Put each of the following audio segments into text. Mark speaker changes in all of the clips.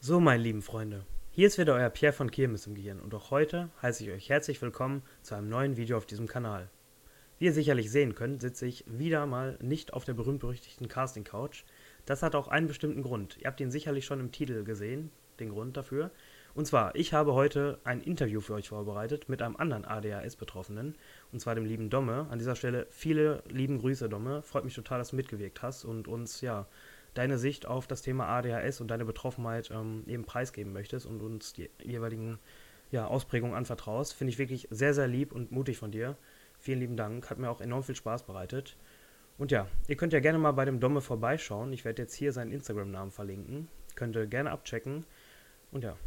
Speaker 1: So, meine lieben Freunde, hier ist wieder euer Pierre von Kirmes im Gehirn und auch heute heiße ich euch herzlich willkommen zu einem neuen Video auf diesem Kanal. Wie ihr sicherlich sehen könnt, sitze ich wieder mal nicht auf der berühmt-berüchtigten Casting-Couch. Das hat auch einen bestimmten Grund. Ihr habt ihn sicherlich schon im Titel gesehen, den Grund dafür. Und zwar, ich habe heute ein Interview für euch vorbereitet mit einem anderen ADHS-Betroffenen, und zwar dem lieben Domme. An dieser Stelle viele lieben Grüße, Domme. Freut mich total, dass du mitgewirkt hast und uns, deine Sicht auf das Thema ADHS und deine Betroffenheit eben preisgeben möchtest und uns die jeweiligen Ausprägungen anvertraust. Finde ich wirklich sehr, sehr lieb und mutig von dir. Vielen lieben Dank, hat mir auch enorm viel Spaß bereitet. Und ja, ihr könnt ja gerne mal bei dem Domme vorbeischauen. Ich werde jetzt hier seinen Instagram-Namen verlinken. Könnt ihr gerne abchecken. Und ja.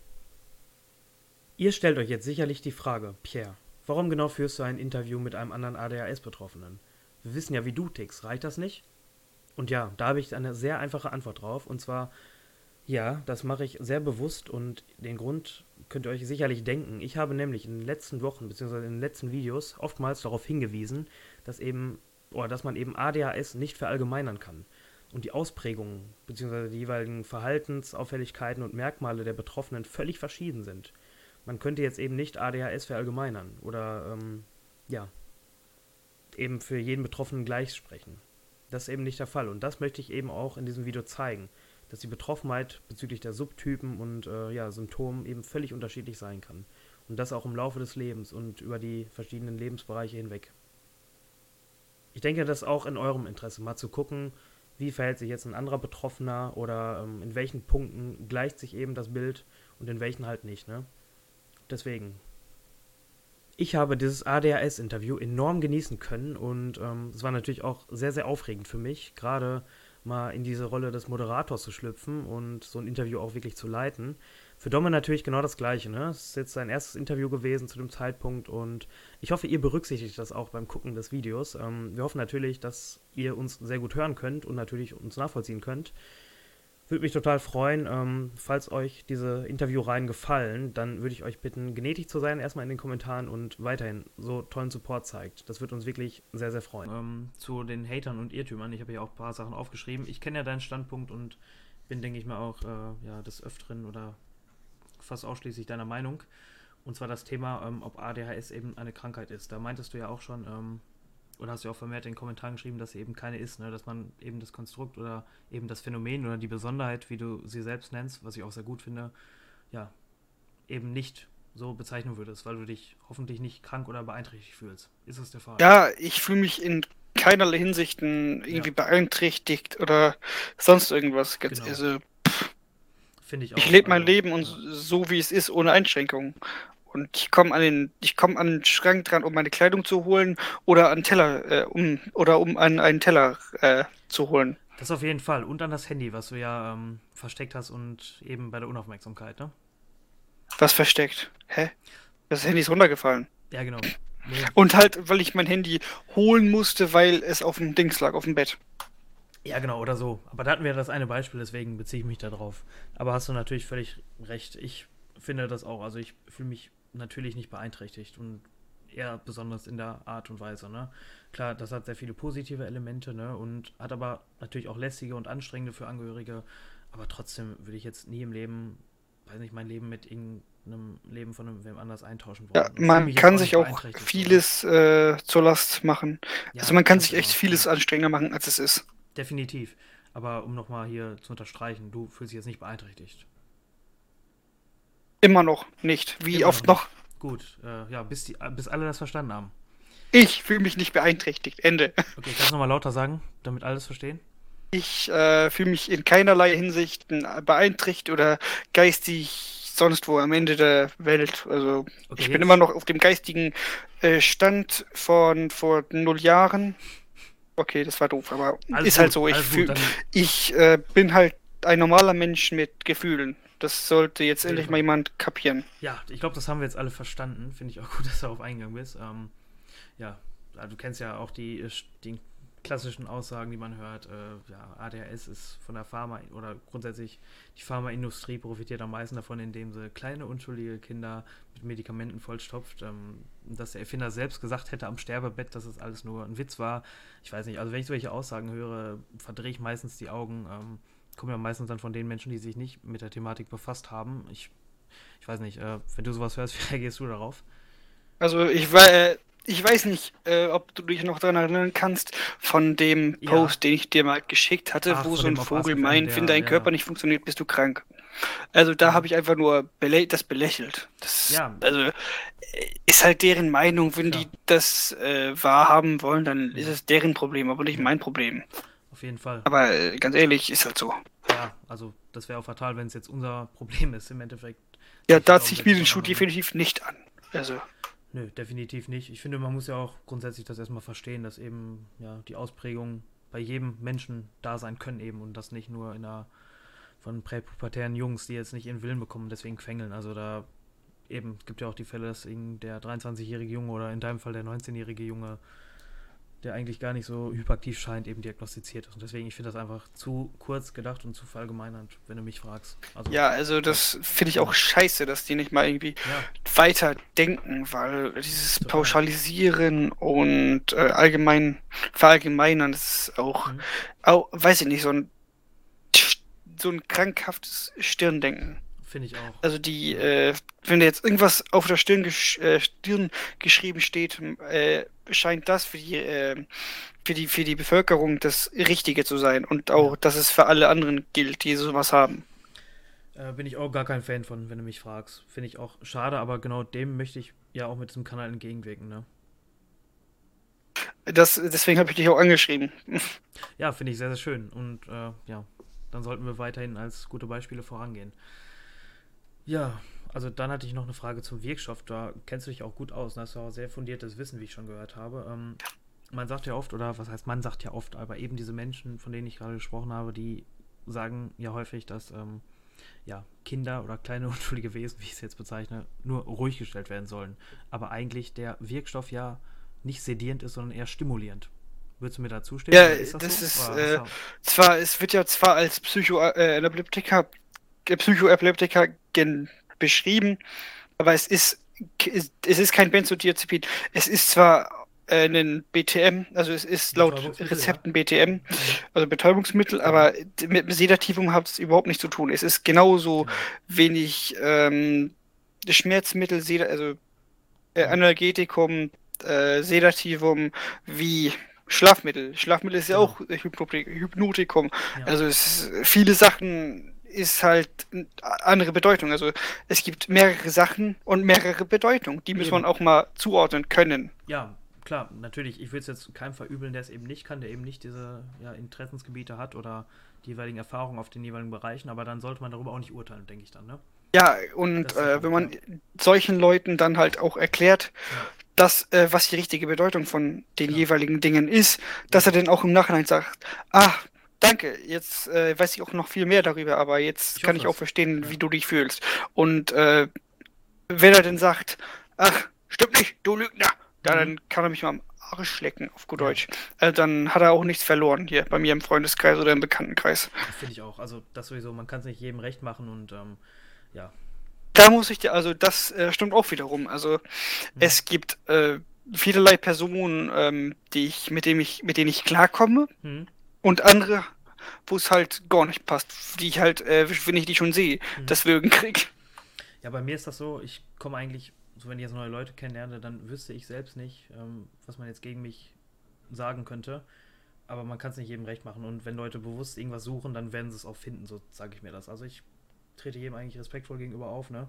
Speaker 1: Ihr stellt euch jetzt sicherlich die Frage, Pierre, warum genau führst du ein Interview mit einem anderen ADHS-Betroffenen? Wir wissen ja, wie du tickst, reicht das nicht? Und ja, da habe ich eine sehr einfache Antwort drauf. Und zwar, ja, das mache ich sehr bewusst und den Grund könnt ihr euch sicherlich denken. Ich habe nämlich in den letzten Wochen bzw. in den letzten Videos oftmals darauf hingewiesen, dass man eben ADHS nicht verallgemeinern kann. Und die Ausprägungen bzw. die jeweiligen Verhaltensauffälligkeiten und Merkmale der Betroffenen völlig verschieden sind. Man könnte jetzt eben nicht ADHS verallgemeinern oder eben für jeden Betroffenen gleich sprechen. Das ist eben nicht der Fall und das möchte ich eben auch in diesem Video zeigen, dass die Betroffenheit bezüglich der Subtypen und Symptomen eben völlig unterschiedlich sein kann. Und das auch im Laufe des Lebens und über die verschiedenen Lebensbereiche hinweg. Ich denke, das ist auch in eurem Interesse, mal zu gucken, wie verhält sich jetzt ein anderer Betroffener oder in welchen Punkten gleicht sich eben das Bild und in welchen halt nicht, ne? Deswegen. Ich habe dieses ADHS-Interview enorm genießen können und es war natürlich auch sehr, sehr aufregend für mich, gerade mal in diese Rolle des Moderators zu schlüpfen und so ein Interview auch wirklich zu leiten. Für Domme natürlich genau das Gleiche, ne? Es ist jetzt sein erstes Interview gewesen zu dem Zeitpunkt und ich hoffe, ihr berücksichtigt das auch beim Gucken des Videos. Wir hoffen natürlich, dass ihr uns sehr gut hören könnt und natürlich uns nachvollziehen könnt. Würde mich total freuen, falls euch diese Interviewreihen gefallen, dann würde ich euch bitten, gnädig zu sein, erstmal in den Kommentaren und weiterhin so tollen Support zeigt. Das würde uns wirklich sehr, sehr freuen. Zu den Hatern und Irrtümern, ich habe ja auch ein paar Sachen aufgeschrieben. Ich kenne ja deinen Standpunkt und bin, denke ich mal, auch des Öfteren oder fast ausschließlich deiner Meinung. Und zwar das Thema, ob ADHS eben eine Krankheit ist. Da meintest du ja auch schon, oder hast du auch vermehrt in den Kommentaren geschrieben, dass sie eben keine ist, ne? Dass man eben das Konstrukt oder eben das Phänomen oder die Besonderheit, wie du sie selbst nennst, was ich auch sehr gut finde, ja, eben nicht so bezeichnen würdest, weil du dich hoffentlich nicht krank oder beeinträchtigt fühlst. Ist das der Fall?
Speaker 2: Ja, ich fühle mich in keinerlei Hinsichten
Speaker 1: Ja,
Speaker 2: irgendwie beeinträchtigt oder sonst irgendwas.
Speaker 1: genau.
Speaker 2: Also,
Speaker 1: Finde ich
Speaker 2: ich
Speaker 1: auch.
Speaker 2: lebe mein
Speaker 1: Also,
Speaker 2: Leben und
Speaker 1: ja.
Speaker 2: so wie es ist, ohne Einschränkungen. Und ich komme an den Schrank dran, um meine Kleidung zu holen oder an Teller, um an einen Teller zu holen.
Speaker 1: Das auf jeden Fall. Und an das Handy, was du ja versteckt hast und eben bei der Unaufmerksamkeit, ne?
Speaker 2: Was versteckt? Hä? Das Handy ist runtergefallen.
Speaker 1: Ja, genau. Nee.
Speaker 2: Und halt, weil ich mein Handy holen musste, weil es auf dem Dings lag, auf dem Bett.
Speaker 1: Ja, genau, oder so. Aber da hatten wir das eine Beispiel, deswegen beziehe ich mich da drauf. Aber hast du natürlich völlig recht. Ich finde das auch. Also ich fühle mich natürlich nicht beeinträchtigt und eher besonders in der Art und Weise, ne? Klar, das hat sehr viele positive Elemente, ne? Und hat aber natürlich auch lästige und anstrengende für Angehörige. Aber trotzdem würde ich jetzt nie im Leben, weiß nicht, mein Leben mit irgendeinem Leben von wem anders eintauschen
Speaker 2: Ja,
Speaker 1: wollen. Und fühle
Speaker 2: man
Speaker 1: mich jetzt
Speaker 2: kann
Speaker 1: auch nicht
Speaker 2: sich auch
Speaker 1: beeinträchtigt, so, ne?
Speaker 2: vieles zur Last machen. Also
Speaker 1: Ja,
Speaker 2: man kann
Speaker 1: kannst
Speaker 2: sich
Speaker 1: du
Speaker 2: echt
Speaker 1: immer, ja.
Speaker 2: vieles anstrengender machen, als es ist.
Speaker 1: Definitiv. Aber um nochmal hier zu unterstreichen, du fühlst dich jetzt nicht beeinträchtigt.
Speaker 2: Immer noch nicht. Wie
Speaker 1: Immer noch
Speaker 2: oft noch?
Speaker 1: nicht. Gut, bis alle das verstanden haben.
Speaker 2: Ich fühle mich nicht beeinträchtigt. Ende.
Speaker 1: Okay, kannst du nochmal lauter sagen, damit alle es verstehen?
Speaker 2: Ich fühle mich in keinerlei Hinsicht beeinträchtigt oder geistig sonst wo am Ende der Welt. Also
Speaker 1: Okay,
Speaker 2: ich bin immer
Speaker 1: jetzt.
Speaker 2: noch auf dem geistigen Stand von vor 0 Jahren. Okay, das war doof, aber ist halt so.
Speaker 1: Alles gut, dann
Speaker 2: Ich bin halt ein normaler Mensch mit Gefühlen. Das sollte jetzt
Speaker 1: auf jeden
Speaker 2: endlich mal
Speaker 1: Fall.
Speaker 2: jemand kapieren.
Speaker 1: Ja, ich glaube, das haben wir jetzt alle verstanden. Finde ich auch gut, dass du darauf eingegangen bist. Ja, also du kennst ja auch die klassischen Aussagen, die man hört. ADHS ist von der Pharma oder grundsätzlich die Pharmaindustrie profitiert am meisten davon, indem sie kleine, unschuldige Kinder mit Medikamenten vollstopft. Dass der Erfinder selbst gesagt hätte am Sterbebett, dass es alles nur ein Witz war. Ich weiß nicht, also wenn ich solche Aussagen höre, verdrehe ich meistens die Augen. kommen ja meistens dann von den Menschen, die sich nicht mit der Thematik befasst haben. Ich weiß nicht, wenn du sowas hörst, wie reagierst du darauf?
Speaker 2: Also ich weiß nicht, ob du dich noch daran erinnern kannst, von dem
Speaker 1: Ja,
Speaker 2: Post, den ich dir mal geschickt hatte,
Speaker 1: ach,
Speaker 2: wo
Speaker 1: von
Speaker 2: so ein
Speaker 1: dem auf
Speaker 2: Vogel
Speaker 1: Ask.fm,
Speaker 2: meint, wenn
Speaker 1: der,
Speaker 2: dein Körper
Speaker 1: ja,
Speaker 2: nicht funktioniert, bist du krank. Also da
Speaker 1: mhm.
Speaker 2: habe ich einfach nur das belächelt.
Speaker 1: Ja,
Speaker 2: Also ist halt deren Meinung, wenn
Speaker 1: klar,
Speaker 2: die das wahrhaben wollen, dann ist
Speaker 1: mhm.
Speaker 2: es deren Problem, aber nicht
Speaker 1: Ja,
Speaker 2: mein Problem.
Speaker 1: auf jeden Fall.
Speaker 2: Aber ganz ehrlich, ist halt so.
Speaker 1: Ja, also das wäre auch fatal, wenn es jetzt unser Problem ist. Im Endeffekt
Speaker 2: Ja,
Speaker 1: sehe ich
Speaker 2: da
Speaker 1: das
Speaker 2: ziehe ich mir
Speaker 1: Augenblick
Speaker 2: den
Speaker 1: auch
Speaker 2: Schuh
Speaker 1: einfach, ne?
Speaker 2: definitiv nicht an. Also,
Speaker 1: Nö, definitiv nicht. Ich finde, man muss ja auch grundsätzlich das erstmal verstehen, dass eben ja die Ausprägungen bei jedem Menschen da sein können eben und das nicht nur in einer von präpubertären Jungs, die jetzt nicht ihren Willen bekommen, deswegen quengeln. Also da eben, es gibt ja auch die Fälle, dass eben der 23-jährige Junge oder in deinem Fall der 19-jährige Junge, der eigentlich gar nicht so hyperaktiv scheint, eben diagnostiziert ist. Und deswegen, ich finde das einfach zu kurz gedacht und zu verallgemeinernd, wenn du mich fragst. Also,
Speaker 2: ja, also
Speaker 1: ja,
Speaker 2: das finde ich auch
Speaker 1: mhm.
Speaker 2: scheiße, dass die nicht mal irgendwie
Speaker 1: Ja,
Speaker 2: weiter denken, weil dieses
Speaker 1: total.
Speaker 2: Pauschalisieren und allgemein verallgemeinern, das ist
Speaker 1: Mhm.
Speaker 2: auch, weiß ich nicht, so ein krankhaftes Stirndenken.
Speaker 1: Finde ich auch.
Speaker 2: Also
Speaker 1: Ja.
Speaker 2: wenn da jetzt irgendwas auf der Stirn geschrieben steht, scheint das für die Bevölkerung das Richtige zu sein und auch,
Speaker 1: Ja.
Speaker 2: dass es für alle anderen gilt, die sowas haben.
Speaker 1: Bin ich auch gar kein Fan von, wenn du mich fragst. Finde ich auch schade, aber genau dem möchte ich ja auch mit diesem Kanal entgegenwirken, ne?
Speaker 2: Deswegen habe ich dich auch angeschrieben.
Speaker 1: Ja, finde ich sehr, sehr schön. Und ja, dann sollten wir weiterhin als gute Beispiele vorangehen. Ja, also dann hatte ich noch eine Frage zum Wirkstoff. Da kennst du dich auch gut aus. Da hast du auch sehr fundiertes Wissen, wie ich schon gehört habe. Man sagt ja oft, oder was heißt man sagt ja oft, aber eben diese Menschen, von denen ich gerade gesprochen habe, die sagen ja häufig, dass ja, Kinder oder kleine unschuldige Wesen, wie ich es jetzt bezeichne, nur ruhig gestellt werden sollen. Aber eigentlich der Wirkstoff ja nicht sedierend ist, sondern eher stimulierend. Würdest du mir da zustimmen
Speaker 2: Ja,
Speaker 1: oder ist das
Speaker 2: das
Speaker 1: so?
Speaker 2: ist
Speaker 1: Oder hast du.
Speaker 2: es wird ja zwar als Psychoepileptika beschrieben, aber es ist kein Benzodiazepin. Es ist zwar ein BTM, also es ist laut
Speaker 1: Betäubungsmittel, ja?
Speaker 2: Rezepten BTM,
Speaker 1: Mhm.
Speaker 2: also Betäubungsmittel,
Speaker 1: Genau,
Speaker 2: aber mit Sedativum hat es überhaupt nichts zu tun. Es ist genauso
Speaker 1: genau.
Speaker 2: wenig Schmerzmittel, also
Speaker 1: Mhm.
Speaker 2: Analgetikum, Sedativum wie Schlafmittel. Schlafmittel ist ja
Speaker 1: Genau.
Speaker 2: auch Hypnotikum.
Speaker 1: Ja.
Speaker 2: Also viele Sachen ist halt eine andere Bedeutung. Also es gibt mehrere Sachen und mehrere Bedeutungen. Die muss man
Speaker 1: Eben.
Speaker 2: auch mal zuordnen können.
Speaker 1: Ja, klar, natürlich, ich will es jetzt keinem verübeln, der es eben nicht kann, der eben nicht diese ja, Interessensgebiete hat oder die jeweiligen Erfahrungen auf den jeweiligen Bereichen, aber dann sollte man darüber auch nicht urteilen, denke ich dann, ne?
Speaker 2: Ja, und
Speaker 1: Das ist der
Speaker 2: wenn
Speaker 1: Punkt,
Speaker 2: man
Speaker 1: ja.
Speaker 2: solchen Leuten dann halt auch erklärt,
Speaker 1: Ja,
Speaker 2: was die richtige Bedeutung von den
Speaker 1: klar,
Speaker 2: jeweiligen Dingen ist, dass er
Speaker 1: eben.
Speaker 2: dann auch im Nachhinein sagt, ah, danke, jetzt weiß ich auch noch viel mehr darüber, aber jetzt
Speaker 1: Ich
Speaker 2: kann
Speaker 1: hoffe
Speaker 2: ich auch
Speaker 1: es.
Speaker 2: verstehen, wie
Speaker 1: Ja.
Speaker 2: du dich fühlst. Und wenn er dann sagt, ach, stimmt nicht, du Lügner,
Speaker 1: Mhm.
Speaker 2: dann kann er mich mal am Arsch lecken, auf gut
Speaker 1: Ja,
Speaker 2: Deutsch. Dann hat er auch nichts verloren hier bei mir im Freundeskreis oder im Bekanntenkreis.
Speaker 1: finde ich auch. Also das sowieso, man kann es nicht jedem recht machen und ja.
Speaker 2: Da muss ich dir, also das stimmt auch wiederum. Also
Speaker 1: Mhm.
Speaker 2: es gibt vielerlei Personen, mit denen ich klarkomme
Speaker 1: Mhm.
Speaker 2: und andere, wo es halt gar nicht passt, die ich halt, wenn ich die schon sehe,
Speaker 1: Mhm.
Speaker 2: deswegen krieg.
Speaker 1: Ja, bei mir ist das so, ich komme eigentlich, so wenn ich jetzt neue Leute kennenlerne, dann wüsste ich selbst nicht, was man jetzt gegen mich sagen könnte. Aber man kann es nicht jedem recht machen. Und wenn Leute bewusst irgendwas suchen, dann werden sie es auch finden, so sage ich mir das. Also ich trete jedem eigentlich respektvoll gegenüber auf, ne?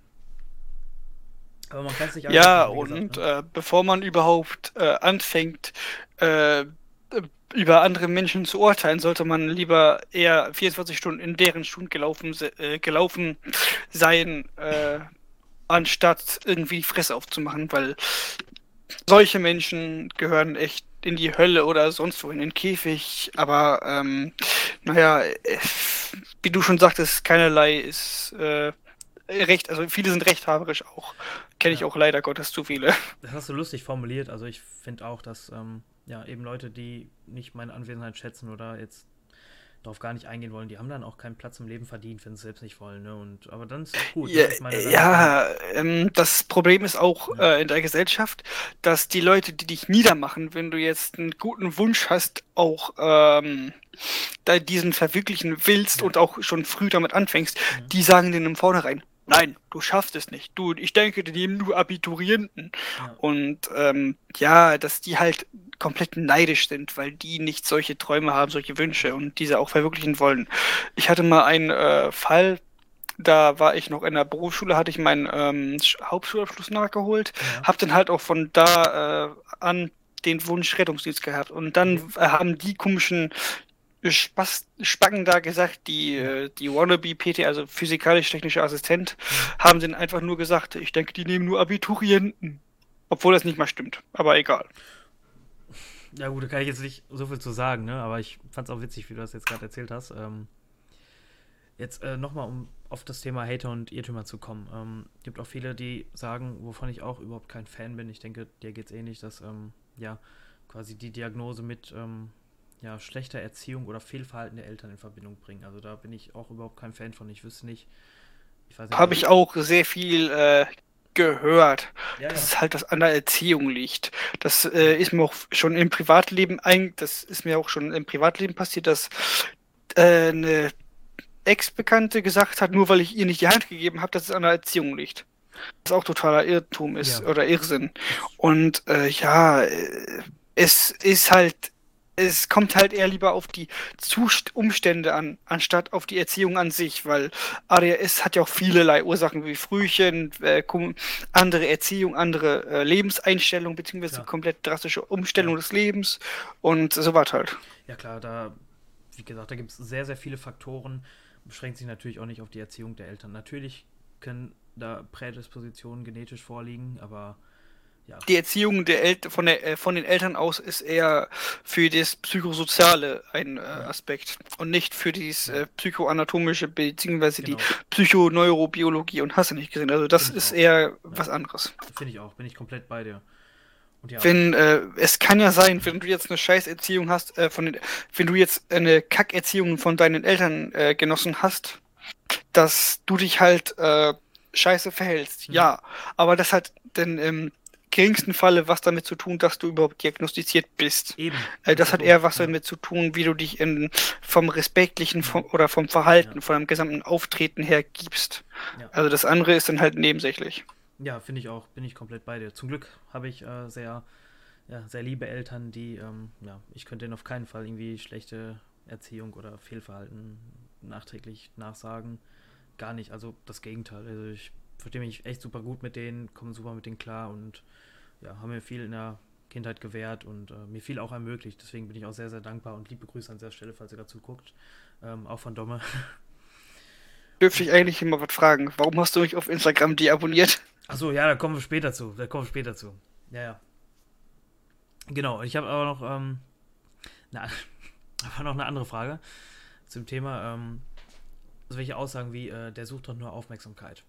Speaker 1: Aber man kann es nicht allen recht
Speaker 2: Ja,
Speaker 1: machen, wie gesagt,
Speaker 2: und
Speaker 1: ne?
Speaker 2: bevor man überhaupt anfängt, äh, über andere Menschen zu urteilen, sollte man lieber eher 24 Stunden in deren Schuhen gelaufen sein, anstatt irgendwie die Fresse aufzumachen, weil solche Menschen gehören echt in die Hölle oder sonst wo in den Käfig. Aber naja, wie du schon sagtest, keinerlei ist recht, also viele sind rechthaberisch auch. Kenne ich
Speaker 1: Ja,
Speaker 2: auch leider Gottes zu viele.
Speaker 1: das hast du lustig formuliert. Also ich finde auch, dass ja eben Leute, die nicht meine Anwesenheit schätzen oder jetzt darauf gar nicht eingehen wollen. Die haben dann auch keinen Platz im Leben verdient, wenn sie es selbst nicht wollen. Ne? Aber dann ist es auch gut.
Speaker 2: Ja,
Speaker 1: Ne? Ich meine, dann,
Speaker 2: das Problem ist auch
Speaker 1: ja,
Speaker 2: in der Gesellschaft, dass die Leute, die dich niedermachen, wenn du jetzt einen guten Wunsch hast, auch da diesen verwirklichen willst
Speaker 1: ja,
Speaker 2: und auch schon früh damit anfängst,
Speaker 1: ja,
Speaker 2: die sagen dir im Vornherein, nein, du schaffst es nicht. Du, ich denke, die nehmen nur Abiturienten.
Speaker 1: ja,
Speaker 2: Und ja, dass die halt komplett neidisch sind, weil die nicht solche Träume haben, solche Wünsche und diese auch verwirklichen wollen. Ich hatte mal einen Fall, da war ich noch in der Berufsschule, hatte ich meinen Hauptschulabschluss nachgeholt,
Speaker 1: ja,
Speaker 2: habe dann halt auch von da an den Wunsch Rettungsdienst gehabt. Und dann
Speaker 1: okay,
Speaker 2: haben die komischen Spacken da gesagt,
Speaker 1: ja,
Speaker 2: die Wannabe PT, also physikalisch-technischer Assistent,
Speaker 1: ja.
Speaker 2: haben dann einfach nur gesagt, ich denke, die nehmen nur Abiturienten. Obwohl das nicht mal stimmt, aber egal.
Speaker 1: Ja gut, da kann ich jetzt nicht so viel zu sagen, ne? Aber ich fand es auch witzig, wie du das jetzt gerade erzählt hast. Jetzt nochmal, um auf das Thema Hater und Irrtümer zu kommen. Gibt auch viele, die sagen, wovon ich auch überhaupt kein Fan bin. Ich denke, dir geht es ähnlich, dass ja quasi die Diagnose mit ja, schlechter Erziehung oder Fehlverhalten der Eltern in Verbindung bringen. Also da bin ich auch überhaupt kein Fan von. Ich wüsste nicht, ich weiß nicht,
Speaker 2: Habe ich auch sehr viel gehört,
Speaker 1: ja,
Speaker 2: dass
Speaker 1: ja,
Speaker 2: es halt das an der Erziehung liegt. Das
Speaker 1: ja,
Speaker 2: ist mir auch schon im Privatleben das ist mir auch schon im Privatleben passiert, dass eine Ex-Bekannte gesagt hat, nur weil ich ihr nicht die Hand gegeben habe, dass es an der Erziehung liegt. Was auch totaler Irrtum ist
Speaker 1: ja,
Speaker 2: oder Irrsinn.
Speaker 1: ist,
Speaker 2: Und ja, es ist halt, es kommt halt eher lieber auf die Umstände an, anstatt auf die Erziehung an sich, weil ADHS hat ja auch vielerlei Ursachen wie Frühchen, andere Erziehung, andere Lebenseinstellung, beziehungsweise
Speaker 1: klar.
Speaker 2: komplett drastische
Speaker 1: Ja.
Speaker 2: Umstellung des Lebens und so was halt.
Speaker 1: Ja klar, da, wie gesagt, da gibt es sehr, sehr viele Faktoren. Beschränkt sich natürlich auch nicht auf die Erziehung der Eltern. Natürlich können da Prädispositionen genetisch vorliegen, aber ja,
Speaker 2: Die Erziehung von den Eltern aus ist eher für das Psychosoziale ein
Speaker 1: ja,
Speaker 2: Aspekt und nicht für dieses
Speaker 1: ja,
Speaker 2: psychoanatomische beziehungsweise die
Speaker 1: genau.
Speaker 2: Psychoneurobiologie und hast du nicht gesehen. Also das
Speaker 1: Finde ich
Speaker 2: ist
Speaker 1: auch.
Speaker 2: eher
Speaker 1: Ja,
Speaker 2: was anderes.
Speaker 1: finde ich auch. Bin ich komplett bei dir. Und ja,
Speaker 2: Wenn es kann ja sein, wenn du jetzt eine Scheißerziehung hast, wenn du jetzt eine Kackerziehung von deinen Eltern genossen hast, dass du dich halt scheiße verhältst.
Speaker 1: hm,
Speaker 2: Ja, aber das hat dann im geringsten Falle was damit zu tun, dass du überhaupt diagnostiziert bist.
Speaker 1: eben, das ist
Speaker 2: Das
Speaker 1: der
Speaker 2: hat eher
Speaker 1: Punkt.
Speaker 2: was
Speaker 1: Ja,
Speaker 2: damit zu tun, wie du dich vom respektlichen
Speaker 1: hm,
Speaker 2: oder vom
Speaker 1: ja,
Speaker 2: Verhalten, von deinem gesamten Auftreten her gibst.
Speaker 1: ja.
Speaker 2: Also das andere ist dann halt nebensächlich.
Speaker 1: Ja, finde ich auch. Bin ich komplett bei dir. Zum Glück habe ich sehr, ja, sehr liebe Eltern, die, ja, ich könnte denen auf keinen Fall irgendwie schlechte Erziehung oder Fehlverhalten nachträglich nachsagen. Gar nicht, also das Gegenteil. Also ich verstehe mich echt super gut mit denen, komme super mit denen klar und ja, haben mir viel in der Kindheit gewährt und mir viel auch ermöglicht. Deswegen bin ich auch sehr, sehr dankbar und liebe Grüße an dieser Stelle, falls ihr dazu guckt. Auch von Domme.
Speaker 2: Dürfte ich eigentlich immer was fragen? Warum hast du mich auf Instagram deabonniert?
Speaker 1: Achso, ja, da kommen wir später zu. Da kommen wir später zu. Ja, ja. Genau, ich habe aber noch, na, aber noch eine andere Frage zum Thema. Also welche Aussagen wie, der sucht doch nur Aufmerksamkeit.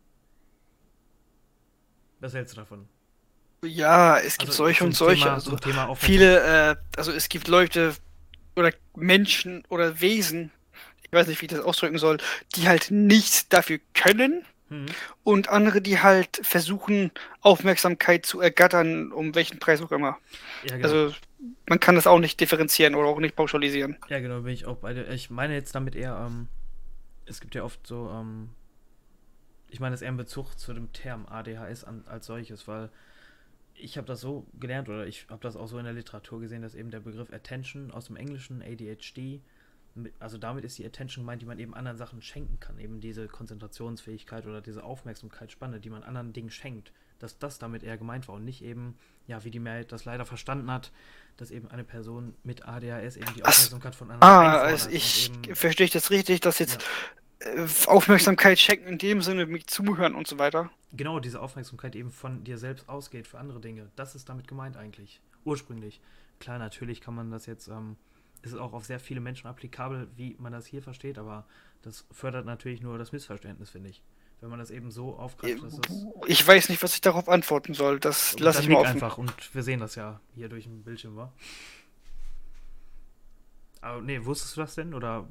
Speaker 1: Was hältst du davon?
Speaker 2: Ja, es gibt
Speaker 1: Also
Speaker 2: solche und solche. Also
Speaker 1: Zum Thema Aufmerksamkeit.
Speaker 2: viele, also es gibt Leute oder Menschen oder Wesen, ich weiß nicht, wie ich das ausdrücken soll, die halt nichts dafür können
Speaker 1: Hm.
Speaker 2: und andere, die halt versuchen, Aufmerksamkeit zu ergattern, um welchen Preis auch immer.
Speaker 1: Ja, genau.
Speaker 2: Also man kann das auch nicht differenzieren oder auch nicht pauschalisieren.
Speaker 1: Ja, genau, bin ich auch beide. Ich meine jetzt damit eher, es gibt ja oft so, ich meine das eher in Bezug zu dem Term ADHS als solches, weil ich habe das so gelernt oder ich habe das auch so in der Literatur gesehen, dass eben der Begriff Attention aus dem Englischen ADHD, also damit ist die Attention gemeint, die man eben anderen Sachen schenken kann, eben diese Konzentrationsfähigkeit oder diese Aufmerksamkeitsspanne, die man anderen Dingen schenkt, dass das damit eher gemeint war und nicht eben, ja, wie die Mehrheit das leider verstanden hat, dass eben eine Person mit ADHS eben die
Speaker 2: Ach,
Speaker 1: Aufmerksamkeit von anderen
Speaker 2: also
Speaker 1: einfordert und
Speaker 2: ich
Speaker 1: eben,
Speaker 2: verstehe ich das richtig, dass jetzt
Speaker 1: ja,
Speaker 2: Aufmerksamkeit schenken in dem Sinne mit zuhören und so weiter.
Speaker 1: genau diese Aufmerksamkeit eben von dir selbst ausgeht für andere Dinge. Das ist damit gemeint eigentlich, ursprünglich. Klar, natürlich kann man das jetzt, ist auch auf sehr viele Menschen applikabel, wie man das hier versteht, aber das fördert natürlich nur das Missverständnis, finde ich. Wenn man das eben so aufgreift, dass das.
Speaker 2: Ich weiß nicht, was ich darauf antworten soll. Das lasse
Speaker 1: Dann
Speaker 2: ich mal
Speaker 1: nick
Speaker 2: offen.
Speaker 1: einfach und wir sehen das ja hier durch den Bildschirm, war. Aber nee, wusstest du das denn? Oder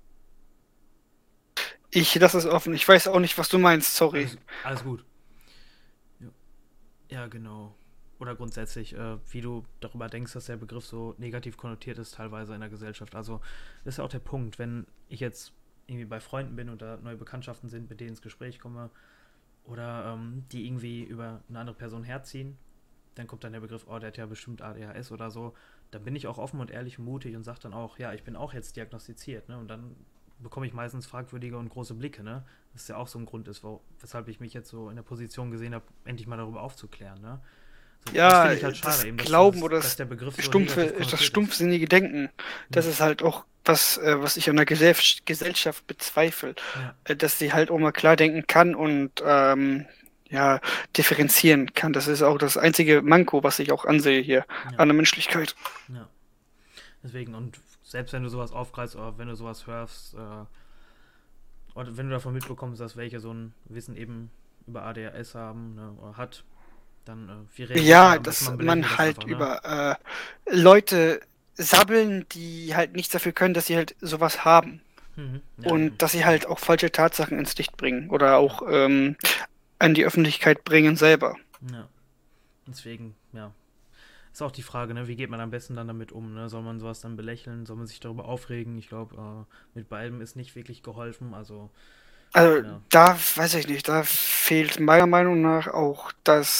Speaker 2: Ich lasse es offen. Ich weiß auch nicht, was du meinst, sorry.
Speaker 1: alles gut. Ja, ja, genau. Oder grundsätzlich, wie du darüber denkst, dass der Begriff so negativ konnotiert ist, teilweise in der Gesellschaft. Also, das ist ja auch der Punkt, wenn ich jetzt irgendwie bei Freunden bin und da neue Bekanntschaften sind, mit denen ins Gespräch komme oder die irgendwie über eine andere Person herziehen, dann kommt dann der Begriff, oh, der hat ja bestimmt ADHS oder so. Dann bin ich auch offen und ehrlich und mutig und sage dann auch, ja, ich bin auch jetzt diagnostiziert. Ne? Und dann bekomme ich meistens fragwürdige und große Blicke. Ne? Das ja auch so ein Grund ist, weshalb ich mich jetzt so in der Position gesehen habe, endlich mal darüber aufzuklären. Ne? So, das
Speaker 2: Ja,
Speaker 1: finde ich halt schade,
Speaker 2: das
Speaker 1: eben,
Speaker 2: Glauben oder
Speaker 1: dass der Begriff so
Speaker 2: stumpfe,
Speaker 1: negativ
Speaker 2: das
Speaker 1: konnotiert ist.
Speaker 2: stumpfsinnige Denken, das
Speaker 1: Ja,
Speaker 2: ist halt auch was, was ich an der Gesellschaft bezweifle,
Speaker 1: ja,
Speaker 2: dass sie halt auch mal klar denken kann und ja, differenzieren kann. Das ist auch das einzige Manko, was ich auch ansehe hier
Speaker 1: ja,
Speaker 2: an der Menschlichkeit.
Speaker 1: ja. Deswegen, und selbst wenn du sowas aufgreifst oder wenn du sowas hörst, oder wenn du davon mitbekommst, dass welche so ein Wissen eben über ADHS haben, ne, oder hat, dann wie reagiert man
Speaker 2: Ja,
Speaker 1: am besten?
Speaker 2: dass
Speaker 1: Man belächelt
Speaker 2: man
Speaker 1: das
Speaker 2: halt
Speaker 1: einfach, ne?
Speaker 2: über Leute sabbeln, die halt nichts dafür können, dass sie halt sowas haben.
Speaker 1: Mhm. Ja,
Speaker 2: Und
Speaker 1: eben.
Speaker 2: dass sie
Speaker 1: Ja,
Speaker 2: halt auch falsche Tatsachen ins Licht bringen oder
Speaker 1: ja,
Speaker 2: auch an die Öffentlichkeit bringen selber.
Speaker 1: ja. Deswegen, ja. Ist auch die Frage, ne, wie geht man am besten dann damit um? Ne? Soll man sowas dann belächeln? Soll man sich darüber aufregen? Ich glaube, mit beidem ist nicht wirklich geholfen. Also,
Speaker 2: Also
Speaker 1: ja.
Speaker 2: da weiß ich nicht, da fehlt meiner Meinung nach auch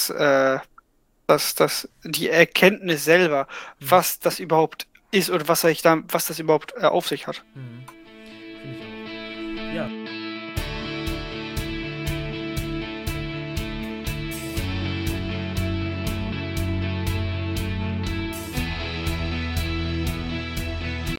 Speaker 2: das die Erkenntnis selber,
Speaker 1: Hm.
Speaker 2: was das überhaupt ist oder was das überhaupt auf sich hat.
Speaker 1: Hm.